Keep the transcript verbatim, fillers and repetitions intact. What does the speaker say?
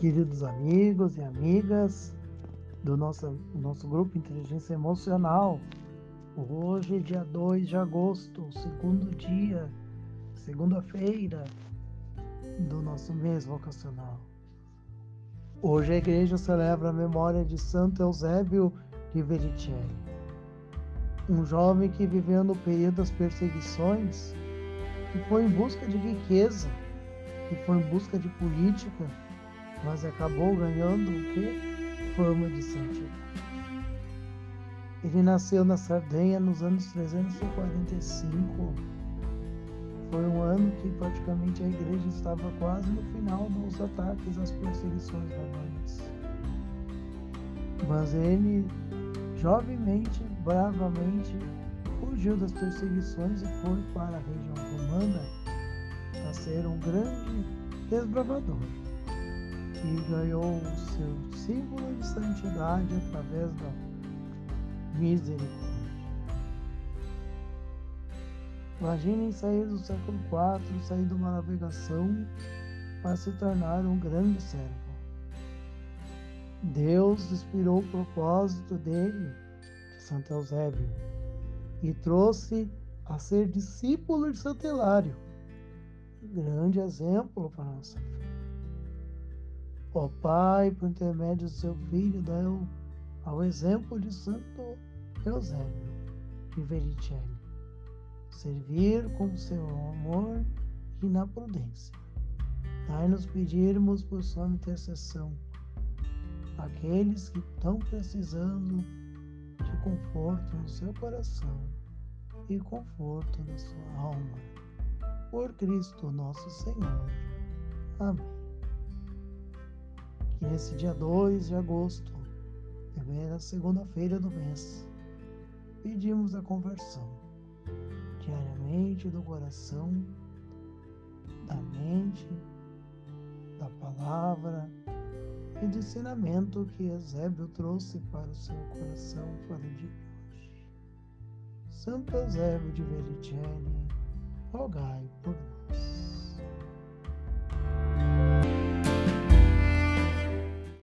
Queridos amigos e amigas do nosso, nosso grupo Inteligência Emocional, hoje, dia dois de agosto, segundo dia, segunda-feira do nosso mês vocacional. Hoje a igreja celebra a memória de Santo Eusébio de Vericelli, um jovem que viveu no período das perseguições, que foi em busca de riqueza, que foi em busca de política, mas acabou ganhando o quê? Fama de santidade. Ele nasceu na Sardenha nos anos trezentos e quarenta e cinco. Foi um ano que praticamente a igreja estava quase no final dos ataques às perseguições romanas. Mas ele, jovenmente, bravamente, fugiu das perseguições e foi para a região romana a ser um grande desbravador. E ganhou o seu símbolo de santidade através da misericórdia. Imaginem sair do século quatro, sair de uma navegação para se tornar um grande servo. Deus inspirou o propósito dele, de Santo Eusébio, e trouxe a ser discípulo de Santo Hilário, um grande exemplo para a nossa fé. Ó Pai, por intermédio do seu Filho, dá ao exemplo de Santo Eusébio de Vericelli, servir com seu amor e na prudência. Dai-nos pedirmos por sua intercessão aqueles que estão precisando de conforto no seu coração e conforto na sua alma. Por Cristo nosso Senhor. Amém. Que nesse dia dois de agosto, primeira segunda-feira do mês, pedimos a conversão diariamente do coração, da mente, da palavra e do ensinamento que Eusébio trouxe para o seu coração para o dia de hoje. Santo Eusébio de Vericelli, rogai por nós.